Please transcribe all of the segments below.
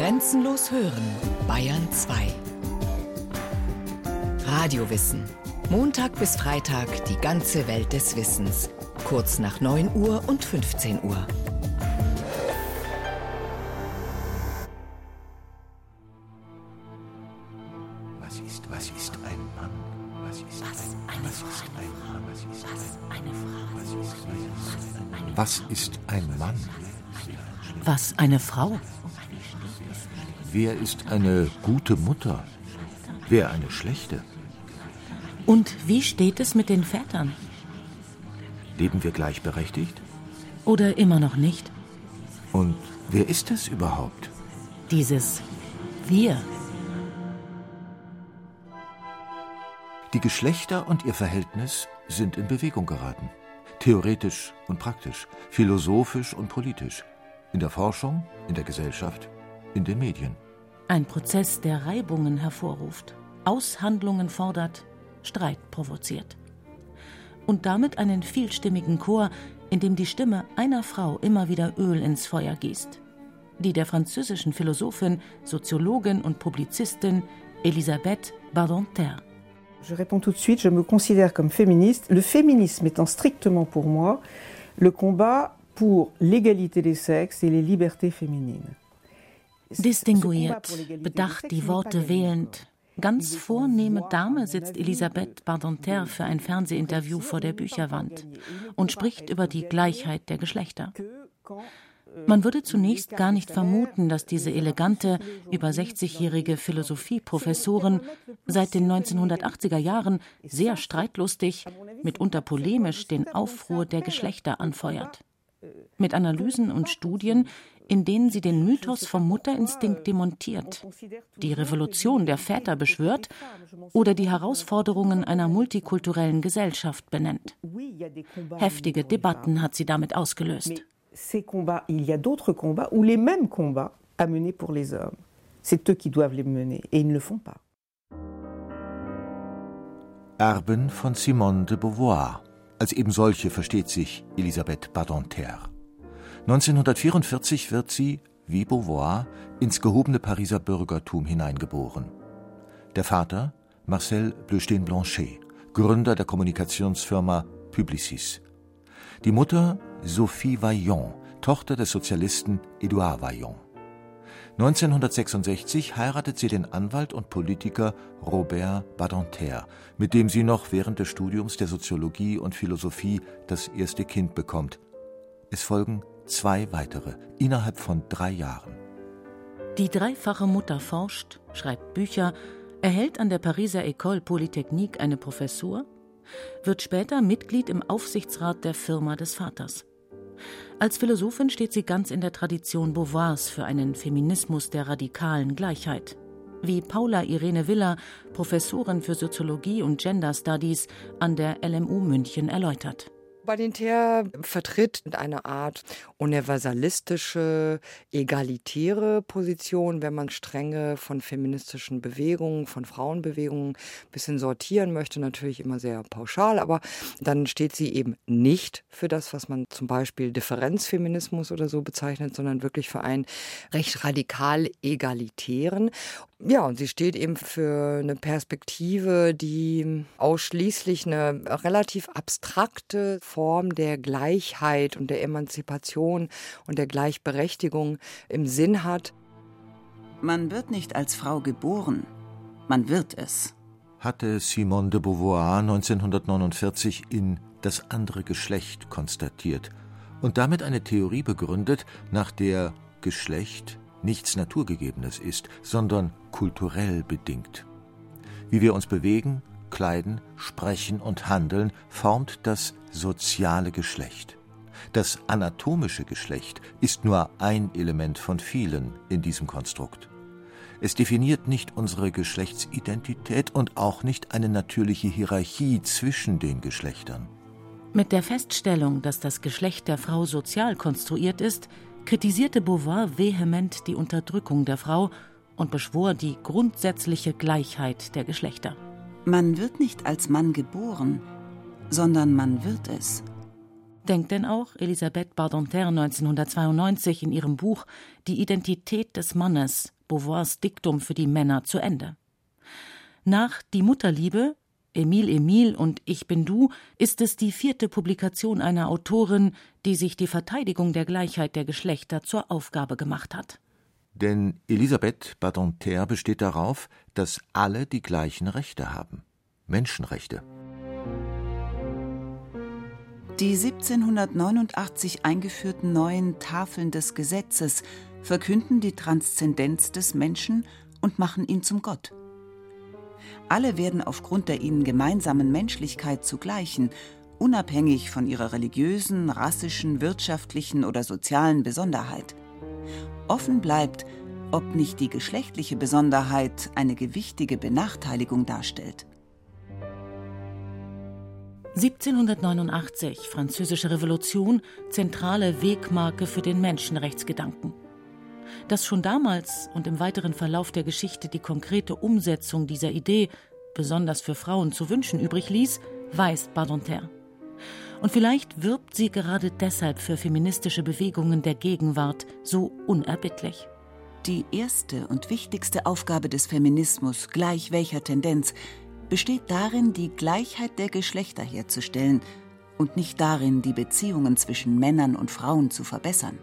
Grenzenlos hören, Bayern 2. Radiowissen. Montag bis Freitag die ganze Welt des Wissens. Kurz nach 9 Uhr und 15 Uhr. Was ist ein Mann? Was ist ein Mann? Was eine Frau? Wer ist eine gute Mutter? Wer eine schlechte? Und wie steht es mit den Vätern? Leben wir gleichberechtigt? Oder immer noch nicht? Und wer ist es überhaupt? Dieses Wir. Die Geschlechter und ihr Verhältnis sind in Bewegung geraten. Theoretisch und praktisch, philosophisch und politisch. In der Forschung, in der Gesellschaft, in den Medien. Ein Prozess, der Reibungen hervorruft, Aushandlungen fordert, Streit provoziert. Und damit einen vielstimmigen Chor, in dem die Stimme einer Frau immer wieder Öl ins Feuer gießt. Die der französischen Philosophin, Soziologin und Publizistin Elisabeth Badinter. Je réponds tout de suite, je me considère comme féministe. Le féminisme étant strictement pour moi le combat pour l'égalité des sexes et les libertés féminines. Distinguiert, bedacht die Worte wählend, ganz vornehme Dame sitzt Elisabeth Badinter für ein Fernsehinterview vor der Bücherwand und spricht über die Gleichheit der Geschlechter. Man würde zunächst gar nicht vermuten, dass diese elegante, über 60-jährige Philosophieprofessorin seit den 1980er Jahren sehr streitlustig, mitunter polemisch den Aufruhr der Geschlechter anfeuert. Mit Analysen und Studien, in denen sie den Mythos vom Mutterinstinkt demontiert, die Revolution der Väter beschwört oder die Herausforderungen einer multikulturellen Gesellschaft benennt. Heftige Debatten hat sie damit ausgelöst. Ces combats, il y a d'autres combats ou les mêmes combats à mener pour les hommes. C'est eux qui doivent les mener et ils ne le font pas. Erben von Simone de Beauvoir. Als eben solche versteht sich Elisabeth Badinter. 1944 wird sie, wie Beauvoir, ins gehobene Pariser Bürgertum hineingeboren. Der Vater, Marcel Bleustein-Blanchet, Gründer der Kommunikationsfirma Publicis. Die Mutter, Sophie Vaillant, Tochter des Sozialisten Édouard Vaillant. 1966 heiratet sie den Anwalt und Politiker Robert Badinter, mit dem sie noch während des Studiums der Soziologie und Philosophie das erste Kind bekommt. Es folgen 2 weitere, innerhalb von 3 Jahren. Die dreifache Mutter forscht, schreibt Bücher, erhält an der Pariser École Polytechnique eine Professur, wird später Mitglied im Aufsichtsrat der Firma des Vaters. Als Philosophin steht sie ganz in der Tradition Beauvoirs für einen Feminismus der radikalen Gleichheit. Wie Paula Irene Villa, Professorin für Soziologie und Gender Studies an der LMU München, erläutert. Badinter vertritt eine Art universalistische, egalitäre Position, wenn man strenge von feministischen Bewegungen, von Frauenbewegungen ein bisschen sortieren möchte, natürlich immer sehr pauschal, aber dann steht sie eben nicht für das, was man zum Beispiel Differenzfeminismus oder so bezeichnet, sondern wirklich für einen recht radikal egalitären. Ja, und sie steht eben für eine Perspektive, die ausschließlich eine relativ abstrakte Form der Gleichheit und der Emanzipation und der Gleichberechtigung im Sinn hat. Man wird nicht als Frau geboren, man wird es, hatte Simone de Beauvoir 1949 in Das andere Geschlecht konstatiert und damit eine Theorie begründet, nach der Geschlecht nichts Naturgegebenes ist, sondern kulturell bedingt. Wie wir uns bewegen, kleiden, sprechen und handeln, formt das soziale Geschlecht. Das anatomische Geschlecht ist nur ein Element von vielen in diesem Konstrukt. Es definiert nicht unsere Geschlechtsidentität und auch nicht eine natürliche Hierarchie zwischen den Geschlechtern. Mit der Feststellung, dass das Geschlecht der Frau sozial konstruiert ist, kritisierte Beauvoir vehement die Unterdrückung der Frau und beschwor die grundsätzliche Gleichheit der Geschlechter. Man wird nicht als Mann geboren, sondern man wird es. Denkt denn auch Elisabeth Badinter 1992 in ihrem Buch Die Identität des Mannes, Beauvoirs Diktum für die Männer, zu Ende. Nach Die Mutterliebe, Emile und Ich bin du ist es die 4. Publikation einer Autorin, die sich die Verteidigung der Gleichheit der Geschlechter zur Aufgabe gemacht hat. Denn Elisabeth Badinter besteht darauf, dass alle die gleichen Rechte haben. Menschenrechte. Die 1789 eingeführten neuen Tafeln des Gesetzes verkünden die Transzendenz des Menschen und machen ihn zum Gott. Alle werden aufgrund der ihnen gemeinsamen Menschlichkeit zu Gleichen, unabhängig von ihrer religiösen, rassischen, wirtschaftlichen oder sozialen Besonderheit. Offen bleibt, ob nicht die geschlechtliche Besonderheit eine gewichtige Benachteiligung darstellt. 1789, Französische Revolution, zentrale Wegmarke für den Menschenrechtsgedanken. Dass schon damals und im weiteren Verlauf der Geschichte die konkrete Umsetzung dieser Idee, besonders für Frauen, zu wünschen übrig ließ, weiß Badinter. Und vielleicht wirbt sie gerade deshalb für feministische Bewegungen der Gegenwart so unerbittlich. Die erste und wichtigste Aufgabe des Feminismus, gleich welcher Tendenz, besteht darin, die Gleichheit der Geschlechter herzustellen und nicht darin, die Beziehungen zwischen Männern und Frauen zu verbessern.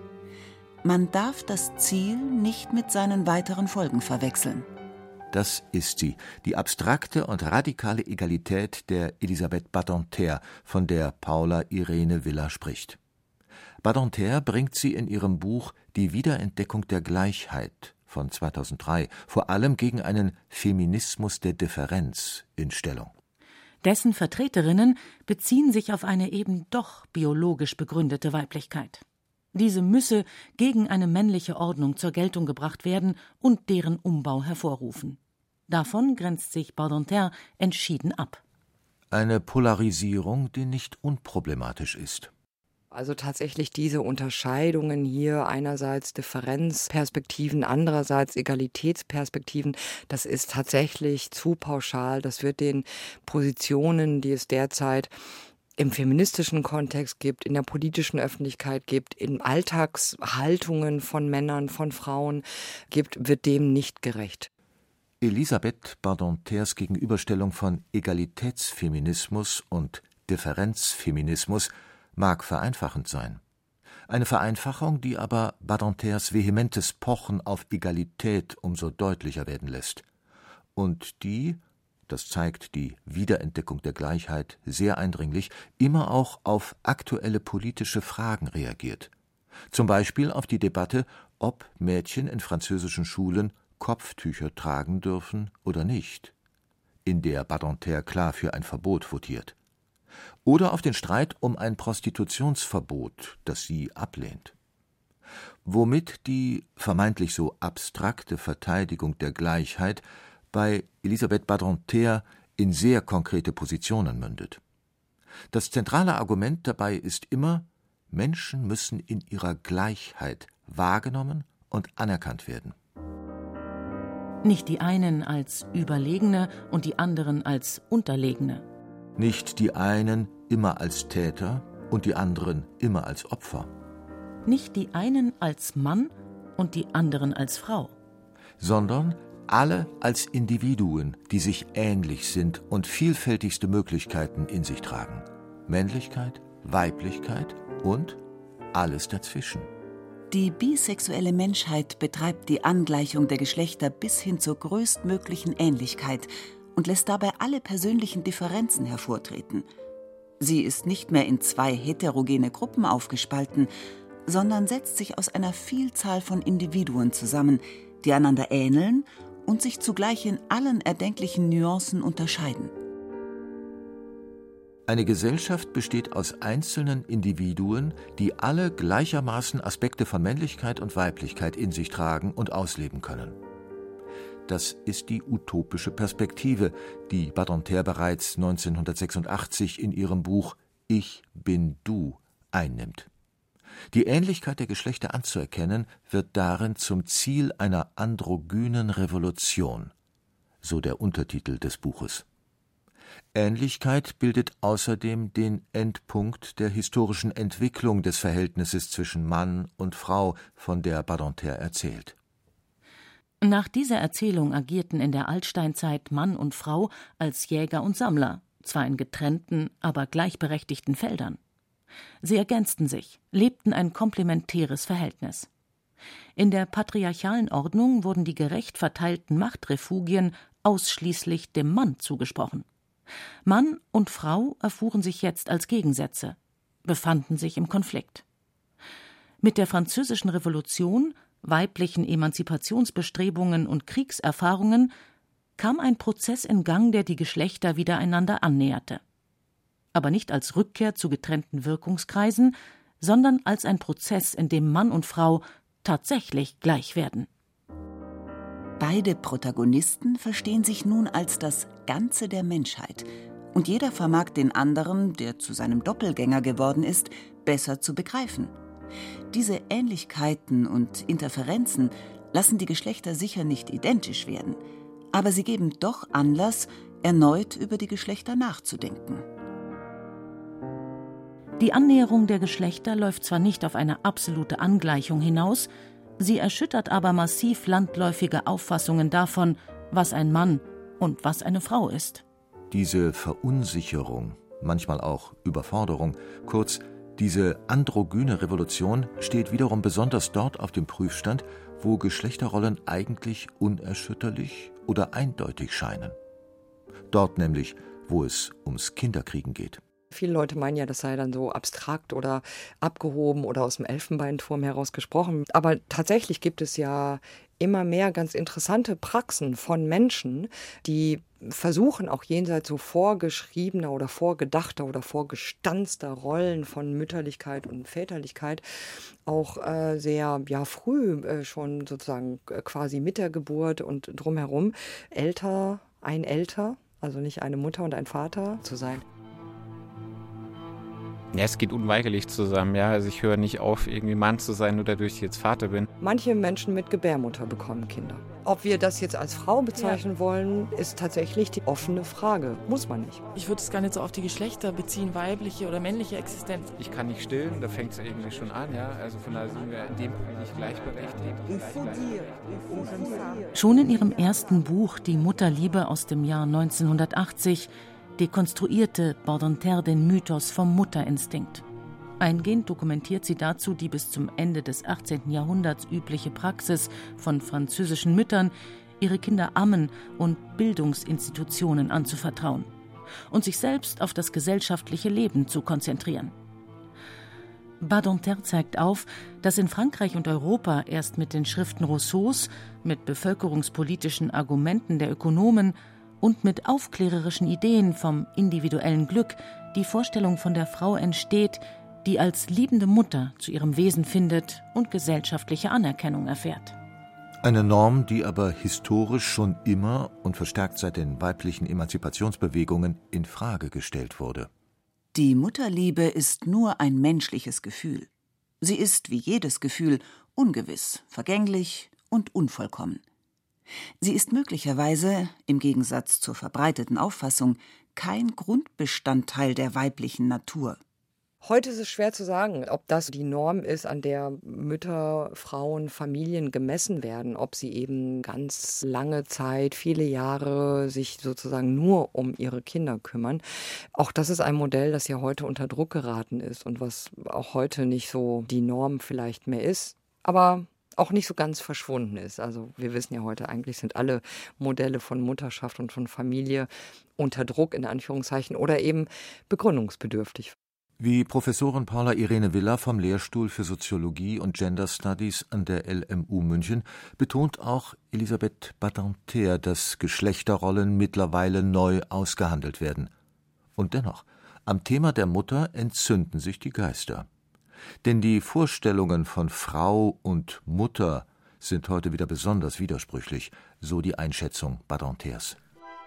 Man darf das Ziel nicht mit seinen weiteren Folgen verwechseln. Das ist sie, die abstrakte und radikale Egalität der Elisabeth Badinter, von der Paula Irene Villa spricht. Badinter bringt sie in ihrem Buch Die Wiederentdeckung der Gleichheit von 2003 vor allem gegen einen Feminismus der Differenz in Stellung. Dessen Vertreterinnen beziehen sich auf eine eben doch biologisch begründete Weiblichkeit. Diese müsse gegen eine männliche Ordnung zur Geltung gebracht werden und deren Umbau hervorrufen. Davon grenzt sich Badinter entschieden ab. Eine Polarisierung, die nicht unproblematisch ist. Also tatsächlich diese Unterscheidungen hier, einerseits Differenzperspektiven, andererseits Egalitätsperspektiven, das ist tatsächlich zu pauschal. Das wird den Positionen, die es derzeit im feministischen Kontext gibt, in der politischen Öffentlichkeit gibt, in Alltagshaltungen von Männern, von Frauen gibt, wird dem nicht gerecht. Elisabeth Badinters Gegenüberstellung von Egalitätsfeminismus und Differenzfeminismus mag vereinfachend sein. Eine Vereinfachung, die aber Badinters vehementes Pochen auf Egalität umso deutlicher werden lässt. Und die, das zeigt die Wiederentdeckung der Gleichheit sehr eindringlich, immer auch auf aktuelle politische Fragen reagiert. Zum Beispiel auf die Debatte, ob Mädchen in französischen Schulen Kopftücher tragen dürfen oder nicht, in der Badinter klar für ein Verbot votiert. Oder auf den Streit um ein Prostitutionsverbot, das sie ablehnt. Womit die vermeintlich so abstrakte Verteidigung der Gleichheit bei Elisabeth Badinter in sehr konkrete Positionen mündet. Das zentrale Argument dabei ist immer, Menschen müssen in ihrer Gleichheit wahrgenommen und anerkannt werden. Nicht die einen als Überlegene und die anderen als Unterlegene. Nicht die einen immer als Täter und die anderen immer als Opfer. Nicht die einen als Mann und die anderen als Frau. Sondern alle als Individuen, die sich ähnlich sind und vielfältigste Möglichkeiten in sich tragen. Männlichkeit, Weiblichkeit und alles dazwischen. Die bisexuelle Menschheit betreibt die Angleichung der Geschlechter bis hin zur größtmöglichen Ähnlichkeit und lässt dabei alle persönlichen Differenzen hervortreten. Sie ist nicht mehr in 2 heterogene Gruppen aufgespalten, sondern setzt sich aus einer Vielzahl von Individuen zusammen, die einander ähneln und sich zugleich in allen erdenklichen Nuancen unterscheiden. Eine Gesellschaft besteht aus einzelnen Individuen, die alle gleichermaßen Aspekte von Männlichkeit und Weiblichkeit in sich tragen und ausleben können. Das ist die utopische Perspektive, die Badinter bereits 1986 in ihrem Buch »Ich bin du« einnimmt. Die Ähnlichkeit der Geschlechter anzuerkennen, wird darin zum Ziel einer androgynen Revolution, so der Untertitel des Buches. Ähnlichkeit bildet außerdem den Endpunkt der historischen Entwicklung des Verhältnisses zwischen Mann und Frau, von der Badinter erzählt. Nach dieser Erzählung agierten in der Altsteinzeit Mann und Frau als Jäger und Sammler, zwar in getrennten, aber gleichberechtigten Feldern. Sie ergänzten sich, lebten ein komplementäres Verhältnis. In der patriarchalen Ordnung wurden die gerecht verteilten Machtrefugien ausschließlich dem Mann zugesprochen. Mann und Frau erfuhren sich jetzt als Gegensätze, befanden sich im Konflikt. Mit der Französischen Revolution, weiblichen Emanzipationsbestrebungen und Kriegserfahrungen kam ein Prozess in Gang, der die Geschlechter wieder einander annäherte. Aber nicht als Rückkehr zu getrennten Wirkungskreisen, sondern als ein Prozess, in dem Mann und Frau tatsächlich gleich werden. Beide Protagonisten verstehen sich nun als das Ganze der Menschheit. Und jeder vermag den anderen, der zu seinem Doppelgänger geworden ist, besser zu begreifen. Diese Ähnlichkeiten und Interferenzen lassen die Geschlechter sicher nicht identisch werden, aber sie geben doch Anlass, erneut über die Geschlechter nachzudenken. Die Annäherung der Geschlechter läuft zwar nicht auf eine absolute Angleichung hinaus, sie erschüttert aber massiv landläufige Auffassungen davon, was ein Mann und was eine Frau ist. Diese Verunsicherung, manchmal auch Überforderung, kurz diese androgyne Revolution steht wiederum besonders dort auf dem Prüfstand, wo Geschlechterrollen eigentlich unerschütterlich oder eindeutig scheinen. Dort nämlich, wo es ums Kinderkriegen geht. Viele Leute meinen ja, das sei dann so abstrakt oder abgehoben oder aus dem Elfenbeinturm heraus gesprochen. Aber tatsächlich gibt es ja immer mehr ganz interessante Praxen von Menschen, die versuchen, auch jenseits so vorgeschriebener oder vorgedachter oder vorgestanzter Rollen von Mütterlichkeit und Väterlichkeit auch sehr früh schon sozusagen quasi mit der Geburt und drumherum älter, also nicht eine Mutter und ein Vater zu sein. Ja, es geht unweigerlich zusammen, ja. Also ich höre nicht auf, irgendwie Mann zu sein, nur dadurch, dass ich jetzt Vater bin. Manche Menschen mit Gebärmutter bekommen Kinder. Ob wir das jetzt als Frau bezeichnen wollen, ist tatsächlich die offene Frage. Muss man nicht. Ich würde es gar nicht so auf die Geschlechter beziehen, weibliche oder männliche Existenz. Ich kann nicht stillen, da fängt es irgendwie schon an, ja. Also von daher sind wir in dem Punkt nicht gleichberechtigt. Schon in ihrem ersten Buch »Die Mutterliebe« aus dem Jahr 1980 dekonstruierte Badinter den Mythos vom Mutterinstinkt. Eingehend dokumentiert sie dazu die bis zum Ende des 18. Jahrhunderts übliche Praxis von französischen Müttern, ihre Kinder ammen und Bildungsinstitutionen anzuvertrauen und sich selbst auf das gesellschaftliche Leben zu konzentrieren. Badinter zeigt auf, dass in Frankreich und Europa erst mit den Schriften Rousseaus, mit bevölkerungspolitischen Argumenten der Ökonomen und mit aufklärerischen Ideen vom individuellen Glück die Vorstellung von der Frau entsteht, die als liebende Mutter zu ihrem Wesen findet und gesellschaftliche Anerkennung erfährt. Eine Norm, die aber historisch schon immer und verstärkt seit den weiblichen Emanzipationsbewegungen in Frage gestellt wurde. Die Mutterliebe ist nur ein menschliches Gefühl. Sie ist, wie jedes Gefühl, ungewiss, vergänglich und unvollkommen. Sie ist möglicherweise, im Gegensatz zur verbreiteten Auffassung, kein Grundbestandteil der weiblichen Natur. Heute ist es schwer zu sagen, ob das die Norm ist, an der Mütter, Frauen, Familien gemessen werden, ob sie eben ganz lange Zeit, viele Jahre sich sozusagen nur um ihre Kinder kümmern. Auch das ist ein Modell, das ja heute unter Druck geraten ist und was auch heute nicht so die Norm vielleicht mehr ist, aber auch nicht so ganz verschwunden ist. Also wir wissen ja heute, eigentlich sind alle Modelle von Mutterschaft und von Familie unter Druck, in Anführungszeichen, oder eben begründungsbedürftig. Wie Professorin Paula Irene Villa vom Lehrstuhl für Soziologie und Gender Studies an der LMU München betont auch Elisabeth Badinter, dass Geschlechterrollen mittlerweile neu ausgehandelt werden. Und dennoch, am Thema der Mutter entzünden sich die Geister. Denn die Vorstellungen von Frau und Mutter sind heute wieder besonders widersprüchlich, so die Einschätzung Badinters.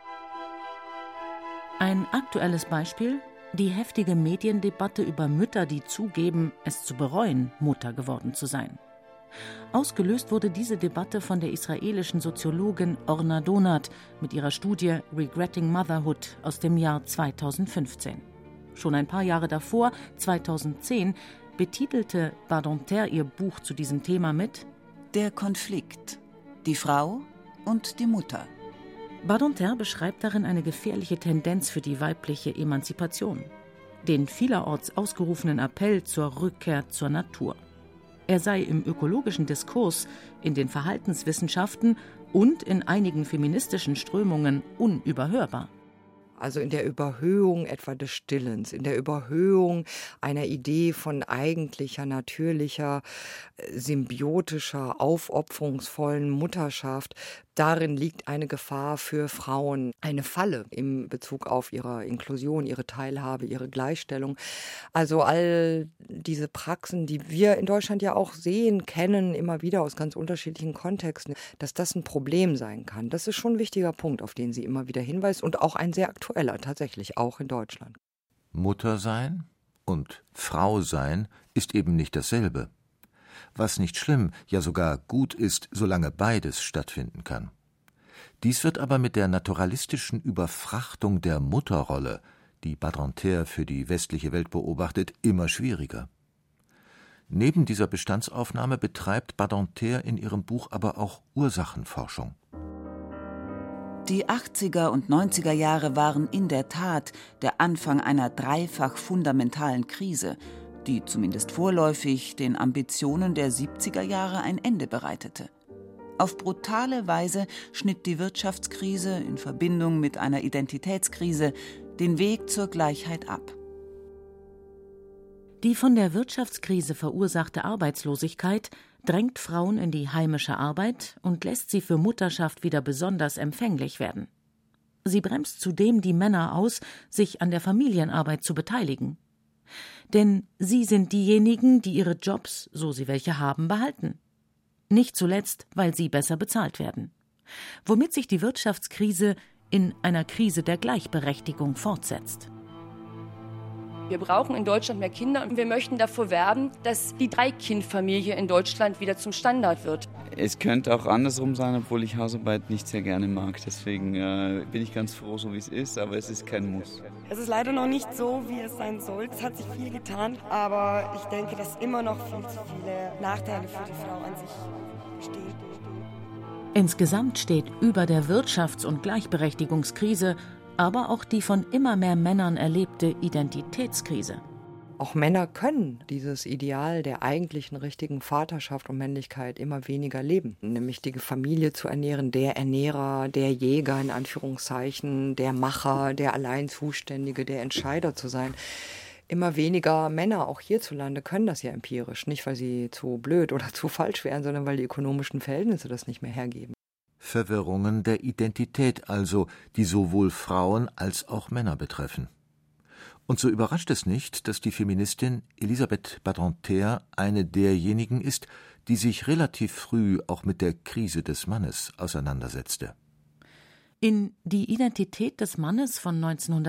Ein aktuelles Beispiel: die heftige Mediendebatte über Mütter, die zugeben, es zu bereuen, Mutter geworden zu sein. Ausgelöst wurde diese Debatte von der israelischen Soziologin Orna Donat mit ihrer Studie Regretting Motherhood aus dem Jahr 2015. Schon ein paar Jahre davor, 2010, betitelte Badinter ihr Buch zu diesem Thema mit Der Konflikt, die Frau und die Mutter. Badinter beschreibt darin eine gefährliche Tendenz für die weibliche Emanzipation, den vielerorts ausgerufenen Appell zur Rückkehr zur Natur. Er sei im ökologischen Diskurs, in den Verhaltenswissenschaften und in einigen feministischen Strömungen unüberhörbar. Also in der Überhöhung etwa des Stillens, in der Überhöhung einer Idee von eigentlicher, natürlicher, symbiotischer, aufopferungsvollen Mutterschaft. Darin liegt eine Gefahr für Frauen, eine Falle in Bezug auf ihre Inklusion, ihre Teilhabe, ihre Gleichstellung. Also all diese Praxen, die wir in Deutschland ja auch sehen, kennen, immer wieder aus ganz unterschiedlichen Kontexten, dass das ein Problem sein kann. Das ist schon ein wichtiger Punkt, auf den sie immer wieder hinweist und auch ein sehr aktueller, tatsächlich, auch in Deutschland. Mutter sein und Frau sein ist eben nicht dasselbe. Was nicht schlimm, ja sogar gut ist, solange beides stattfinden kann. Dies wird aber mit der naturalistischen Überfrachtung der Mutterrolle, die Badinter für die westliche Welt beobachtet, immer schwieriger. Neben dieser Bestandsaufnahme betreibt Badinter in ihrem Buch aber auch Ursachenforschung. Die 80er und 90er Jahre waren in der Tat der Anfang einer dreifach fundamentalen Krise, die zumindest vorläufig den Ambitionen der 70er Jahre ein Ende bereitete. Auf brutale Weise schnitt die Wirtschaftskrise in Verbindung mit einer Identitätskrise den Weg zur Gleichheit ab. Die von der Wirtschaftskrise verursachte Arbeitslosigkeit drängt Frauen in die heimische Arbeit und lässt sie für Mutterschaft wieder besonders empfänglich werden. Sie bremst zudem die Männer aus, sich an der Familienarbeit zu beteiligen. Denn sie sind diejenigen, die ihre Jobs, so sie welche haben, behalten. Nicht zuletzt, weil sie besser bezahlt werden. Womit sich die Wirtschaftskrise in einer Krise der Gleichberechtigung fortsetzt. Wir brauchen in Deutschland mehr Kinder und wir möchten davor werben, dass die Drei-Kind-Familie in Deutschland wieder zum Standard wird. Es könnte auch andersrum sein, obwohl ich Hausarbeit nicht sehr gerne mag. Deswegen bin ich ganz froh, so wie es ist, aber es ist kein Muss. Es ist leider noch nicht so, wie es sein soll. Es hat sich viel getan, aber ich denke, dass immer noch viel zu viele Nachteile für die Frau an sich bestehen. Insgesamt steht über der Wirtschafts- und Gleichberechtigungskrise aber auch die von immer mehr Männern erlebte Identitätskrise. Auch Männer können dieses Ideal der eigentlichen richtigen Vaterschaft und Männlichkeit immer weniger leben. Nämlich die Familie zu ernähren, der Ernährer, der Jäger in Anführungszeichen, der Macher, der allein Zuständige, der Entscheider zu sein. Immer weniger Männer, auch hierzulande, können das ja empirisch. Nicht, weil sie zu blöd oder zu falsch wären, sondern weil die ökonomischen Verhältnisse das nicht mehr hergeben. Verwirrungen der Identität also, die sowohl Frauen als auch Männer betreffen. Und so überrascht es nicht, dass die Feministin Elisabeth Badinter eine derjenigen ist, die sich relativ früh auch mit der Krise des Mannes auseinandersetzte. In Die Identität des Mannes von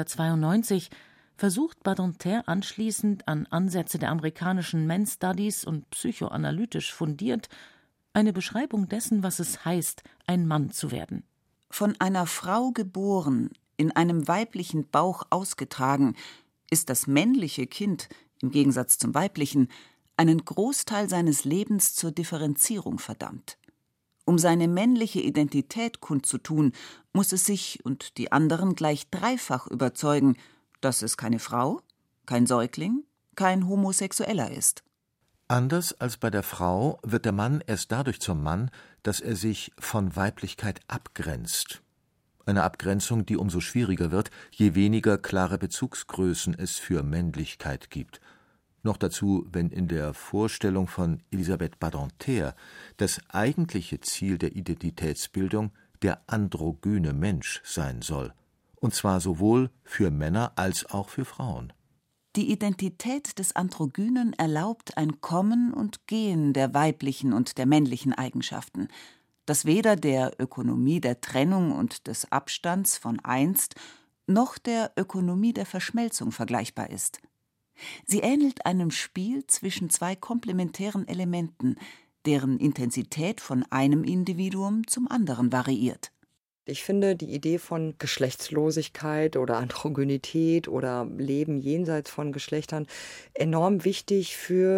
1992 versucht Badinter anschließend an Ansätze der amerikanischen Men Studies und psychoanalytisch fundiert eine Beschreibung dessen, was es heißt, ein Mann zu werden. Von einer Frau geboren, in einem weiblichen Bauch ausgetragen, ist das männliche Kind, im Gegensatz zum weiblichen, einen Großteil seines Lebens zur Differenzierung verdammt. Um seine männliche Identität kundzutun, muss es sich und die anderen gleich dreifach überzeugen, dass es keine Frau, kein Säugling, kein Homosexueller ist. Anders als bei der Frau wird der Mann erst dadurch zum Mann, dass er sich von Weiblichkeit abgrenzt. Eine Abgrenzung, die umso schwieriger wird, je weniger klare Bezugsgrößen es für Männlichkeit gibt. Noch dazu, wenn in der Vorstellung von Elisabeth Badinter das eigentliche Ziel der Identitätsbildung der androgyne Mensch sein soll. Und zwar sowohl für Männer als auch für Frauen. Die Identität des Androgynen erlaubt ein Kommen und Gehen der weiblichen und der männlichen Eigenschaften, das weder der Ökonomie der Trennung und des Abstands von einst noch der Ökonomie der Verschmelzung vergleichbar ist. Sie ähnelt einem Spiel zwischen zwei komplementären Elementen, deren Intensität von einem Individuum zum anderen variiert. Ich finde die Idee von Geschlechtslosigkeit oder Androgynität oder Leben jenseits von Geschlechtern enorm wichtig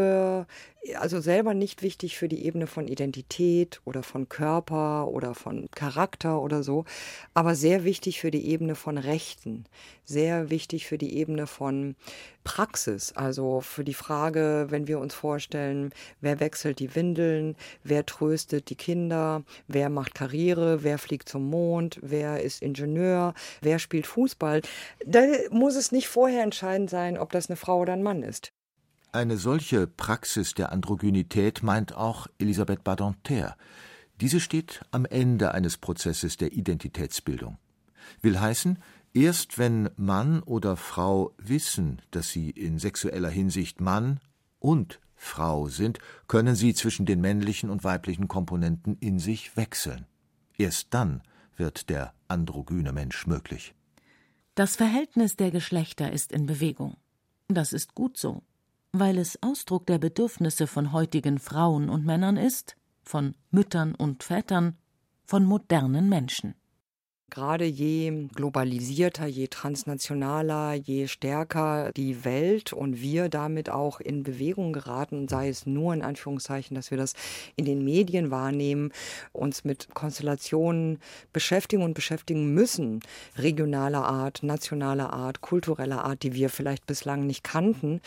also selber nicht wichtig für die Ebene von Identität oder von Körper oder von Charakter oder so, aber sehr wichtig für die Ebene von Rechten, sehr wichtig für die Ebene von Praxis, also für die Frage, wenn wir uns vorstellen, wer wechselt die Windeln, wer tröstet die Kinder, wer macht Karriere, wer fliegt zum Mond, wer ist Ingenieur, wer spielt Fußball, da muss es nicht vorher entscheidend sein, ob das eine Frau oder ein Mann ist. Eine solche Praxis der Androgynität meint auch Elisabeth Badinter. Diese steht am Ende eines Prozesses der Identitätsbildung. Will heißen, erst wenn Mann oder Frau wissen, dass sie in sexueller Hinsicht Mann und Frau sind, können sie zwischen den männlichen und weiblichen Komponenten in sich wechseln. Erst dann wird der androgyne Mensch möglich. Das Verhältnis der Geschlechter ist in Bewegung. Das ist gut so, weil es Ausdruck der Bedürfnisse von heutigen Frauen und Männern ist, von Müttern und Vätern, von modernen Menschen. Gerade je globalisierter, je transnationaler, je stärker die Welt und wir damit auch in Bewegung geraten, sei es nur in Anführungszeichen, dass wir das in den Medien wahrnehmen, uns mit Konstellationen beschäftigen und beschäftigen müssen, regionaler Art, nationaler Art, kultureller Art, die wir vielleicht bislang nicht kannten,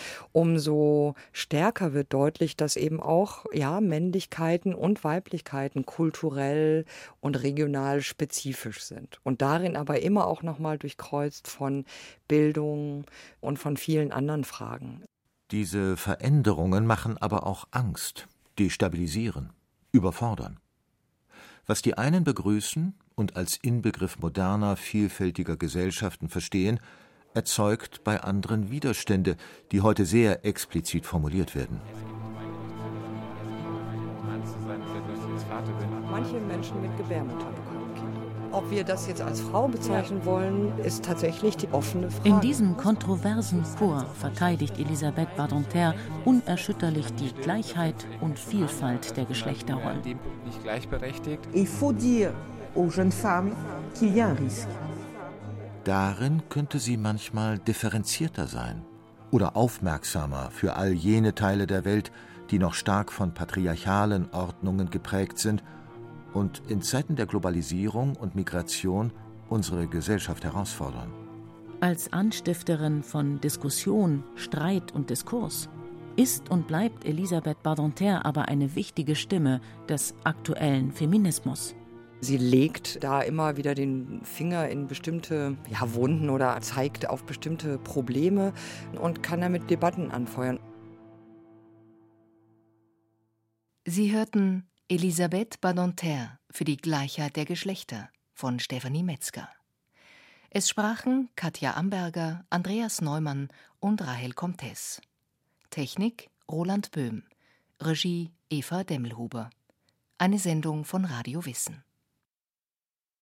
umso stärker wird deutlich, dass eben auch Männlichkeiten und Weiblichkeiten kulturell und regional spezifisch sind. Und darin aber immer auch nochmal durchkreuzt von Bildung und von vielen anderen Fragen. Diese Veränderungen machen aber auch Angst, destabilisieren, überfordern. Was die einen begrüßen und als Inbegriff moderner, vielfältiger Gesellschaften verstehen, erzeugt bei anderen Widerstände, die heute sehr explizit formuliert werden. Manche Menschen mit Gebärmutter bekommen Kinder. Ob wir das jetzt als Frau bezeichnen wollen, ist tatsächlich die offene Frage. In diesem kontroversen Chor verteidigt Elisabeth Badinter unerschütterlich die Gleichheit und Vielfalt der Geschlechterrollen. Nicht gleichberechtigt. Il faut dire aux jeunes femmes qu'il y a un risque. Darin könnte sie manchmal differenzierter sein oder aufmerksamer für all jene Teile der Welt, die noch stark von patriarchalen Ordnungen geprägt sind und in Zeiten der Globalisierung und Migration unsere Gesellschaft herausfordern. Als Anstifterin von Diskussion, Streit und Diskurs ist und bleibt Elisabeth Badinter aber eine wichtige Stimme des aktuellen Feminismus. Sie legt da immer wieder den Finger in bestimmte Wunden oder zeigt auf bestimmte Probleme und kann damit Debatten anfeuern. Sie hörten Elisabeth Badinter für die Gleichheit der Geschlechter von Stefanie Metzger. Es sprachen Katja Amberger, Andreas Neumann und Rahel Comtes. Technik Roland Böhm. Regie Eva Demmelhuber. Eine Sendung von Radio Wissen.